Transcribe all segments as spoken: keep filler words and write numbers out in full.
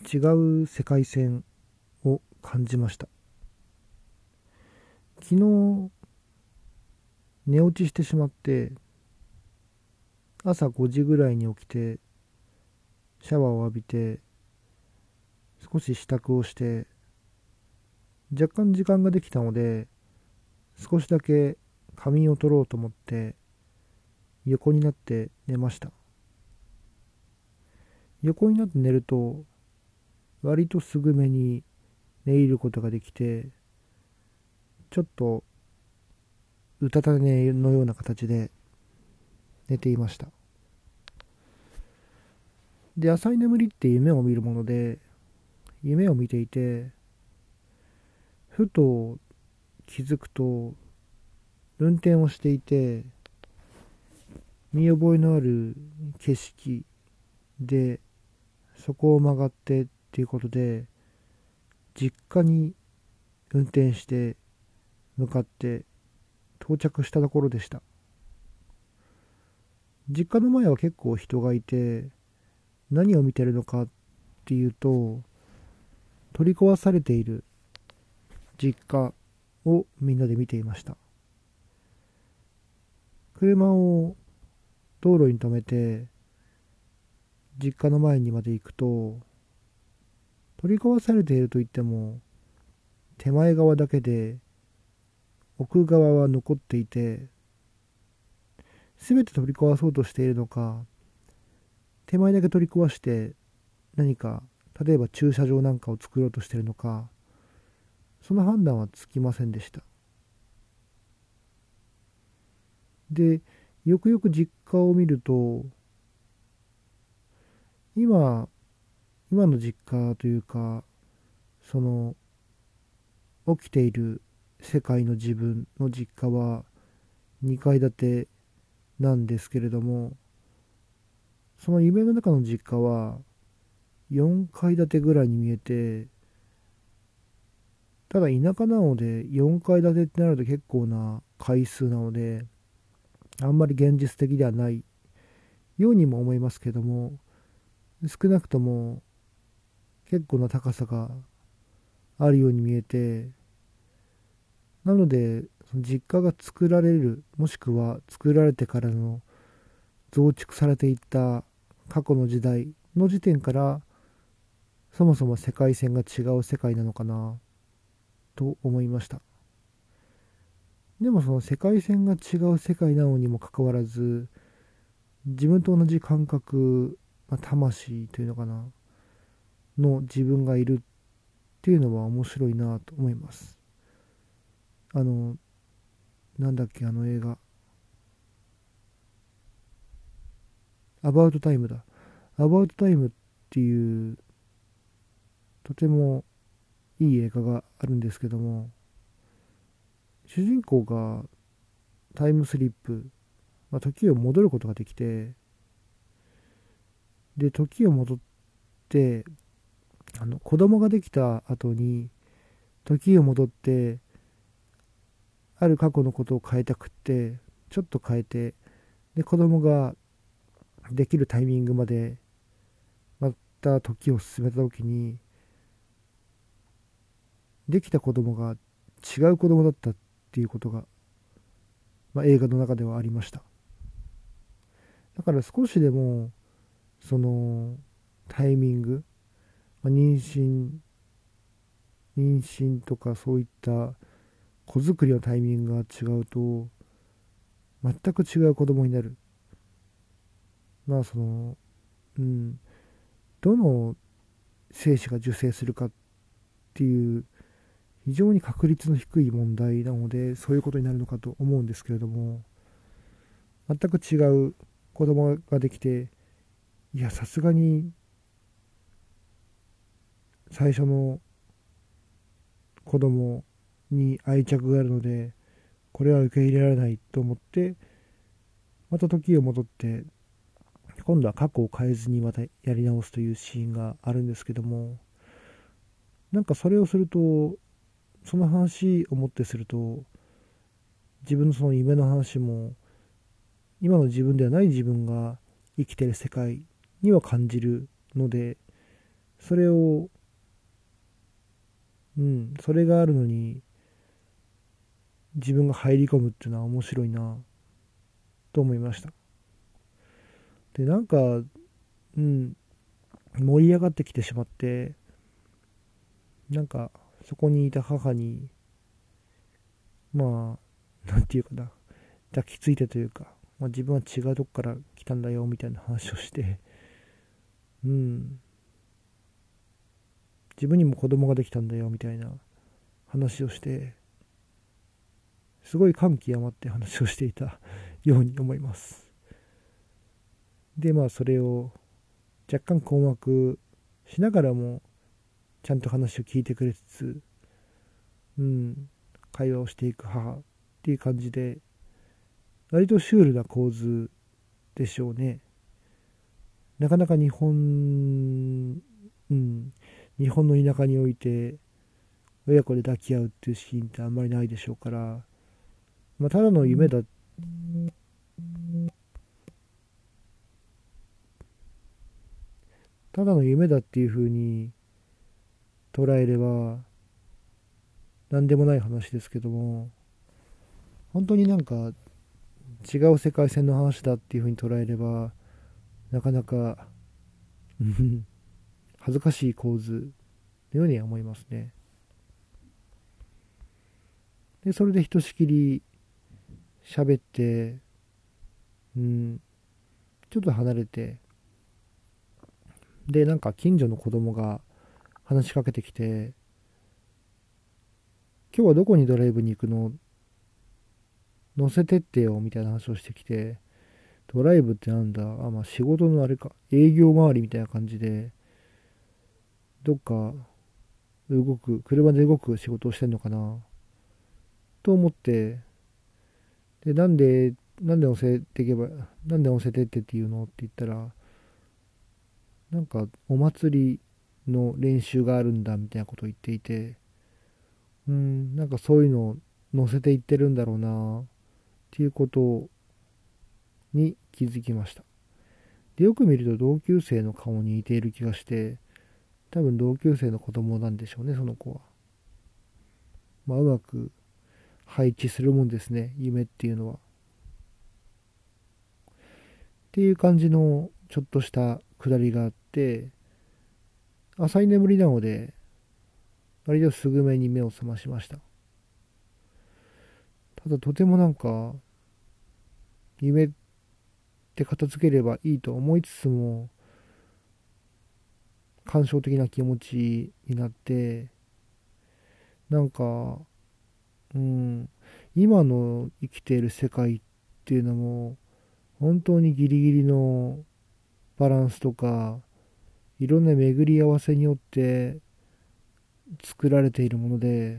違う世界線を感じました。昨日寝落ちしてしまって、朝ごじぐらいに起きてシャワーを浴びて少し支度をして、若干時間ができたので少しだけ仮眠を取ろうと思って横になって寝ました。横になって寝ると割とすぐめに寝入ることができて、ちょっとうたた寝のような形で寝ていました。で、浅い眠りって夢を見るもので、夢を見ていてふと気づくと運転をしていて、見覚えのある景色でそこを曲がってっていうことで、実家に運転して向かって到着したところでした。実家の前は結構人がいて、何を見てるのかっていうと、取り壊されている実家をみんなで見ていました。車を道路に止めて実家の前にまで行くと、取り壊されているといっても手前側だけで奥側は残っていて、全て取り壊そうとしているのか、手前だけ取り壊して何か例えば駐車場なんかを作ろうとしているのか、その判断はつきませんでした。で、よくよく実家を見ると、今今の実家というか、その起きている世界の自分の実家はにかい建てなんですけれども、その夢の中の実家はよんかい建てぐらいに見えて、ただ田舎なのでよんかい建てってなると結構な回数なので、あんまり現実的ではないようにも思いますけども、少なくとも結構な高さがあるように見えて、なのでその実家が作られる、もしくは作られてからの増築されていった過去の時代の時点から、そもそも世界線が違う世界なのかなと思いました。でもその世界線が違う世界なのにもかかわらず、自分と同じ感覚、まあ、魂というのかなの自分がいるっていうのは面白いなと思います。あのなんだっけ、あの映画アバウトタイムだ。アバウトタイムっていうとてもいい映画があるんですけども、主人公がタイムスリップ、まあ、時を戻ることができて、で時を戻って、あの子供ができた後に時を戻って、ある過去のことを変えたくってちょっと変えて、で子供ができるタイミングまでまた時を進めた時に、できた子供が違う子供だったっていうことが、まあ、映画の中ではありました。だから少しでもそのタイミング、まあ、妊娠妊娠とかそういった子作りのタイミングが違うと全く違う子供になる。まあそのうんどの精子が受精するかっていう非常に確率の低い問題なので、そういうことになるのかと思うんですけれども、全く違う子供ができて、いやさすがに最初の子供に愛着があるので、これは受け入れられないと思って、また時を戻って今度は過去を変えずにまたやり直すというシーンがあるんですけども、なんかそれをすると、その話をもってすると、自分のその夢の話も今の自分ではない自分が生きてる世界には感じるので、 それを、うん、それがあるのに自分が入り込むっていうのは面白いなと思いました。で、なんか、うん、盛り上がってきてしまって、なんか、そこにいた母に、まあ、なんていうかな、抱きついてというか、まあ、自分は違うとこから来たんだよみたいな話をして、うん、自分にも子供ができたんだよみたいな話をして、すごい感極まって話をしていたように思います。で、まあ、それを若干困惑しながらも、ちゃんと話を聞いてくれつつ、うん、会話をしていく母っていう感じで、割とシュールな構図でしょうね。なかなか日本、うん、日本の田舎において親子で抱き合うっていうシーンってあんまりないでしょうから、まあ、ただの夢だ、ただの夢だっていう風に捉えれば何でもない話ですけども、本当になんか違う世界線の話だっていう風に捉えれば、なかなか恥ずかしい構図のようには思いますね。で、それでひとしきり喋って、うん、ちょっと離れて、で、なんか近所の子供が話しかけてきて、今日はどこにドライブに行くの、乗せてってよみたいな話をしてきて、ドライブってなんだ、あ、まあ仕事のあれか、営業周りみたいな感じで、どっか動く、車で動く仕事をしてんのかなと思って、で、なんで、なんで乗せていけば、なんで乗せてってって言うのって言ったら、なんかお祭りの練習があるんだみたいなことを言っていて、うん、なんかそういうのを乗せていってるんだろうなっていうことに気づきました。で、よく見ると同級生の顔に似ている気がして、多分同級生の子供なんでしょうね、その子は。まあ、うまく配置するもんですね、夢っていうのは。っていう感じのちょっとしたくだりがあって、浅い眠りなので、割とすぐめに目を覚ましました。ただとてもなんか、夢って片付ければいいと思いつつも、感傷的な気持ちになって、なんか、うん、今の生きている世界っていうのも、本当にギリギリのバランスとか、いろんな巡り合わせによって作られているもので、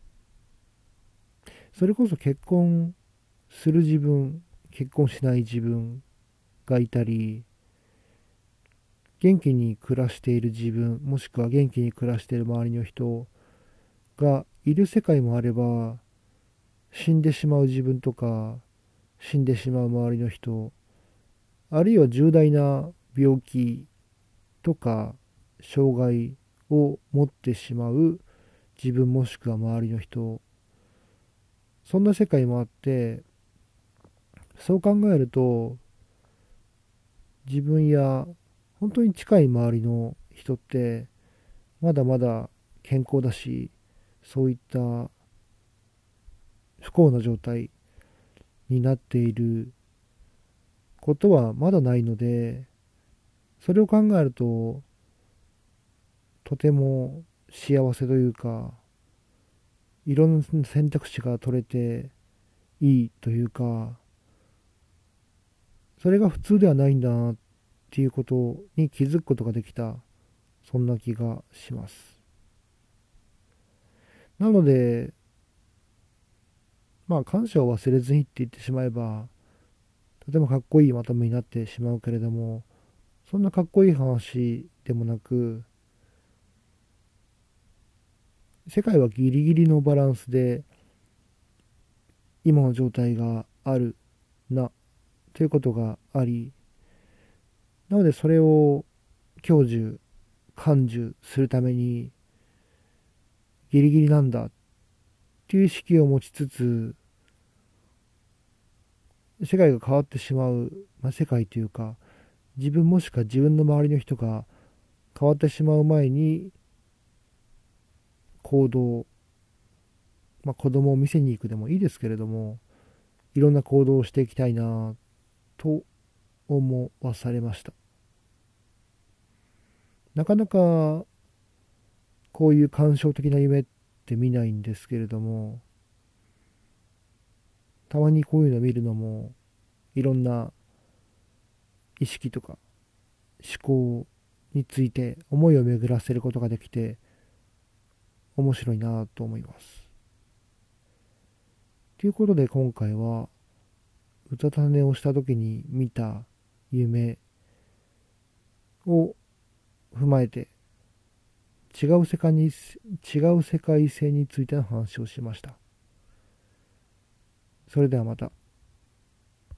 それこそ結婚する自分、結婚しない自分がいたり、元気に暮らしている自分、もしくは元気に暮らしている周りの人がいる世界もあれば、死んでしまう自分とか、死んでしまう周りの人、あるいは重大な病気とか障害を持ってしまう自分もしくは周りの人、そんな世界もあって、そう考えると自分や本当に近い周りの人ってまだまだ健康だし、そういった不幸な状態になっていることはまだないので、それを考えるととても幸せというか、いろんな選択肢が取れていいというか、それが普通ではないんだなっていうことに気づくことができた、そんな気がします。なので、まあ感謝を忘れずにって言ってしまえば、とてもかっこいいまとめになってしまうけれども、そんなかっこいい話でもなく、世界はギリギリのバランスで今の状態があるなということがあり、なのでそれを享受感受するためにギリギリなんだっていう意識を持ちつつ、世界が変わってしまう、まあ、世界というか、自分もしくは自分の周りの人が変わってしまう前に行動、まあ、子供を見せに行くでもいいですけれども、いろんな行動をしていきたいなと思わされました。なかなかこういう感傷的な夢って見ないんですけれども、たまにこういうのを見るのも、いろんな意識とか思考について思いを巡らせることができて面白いなと思います。ということで今回は、うたた寝をした時に見た夢を踏まえて、違う世界に違う世界線についての話をしました。それではまた。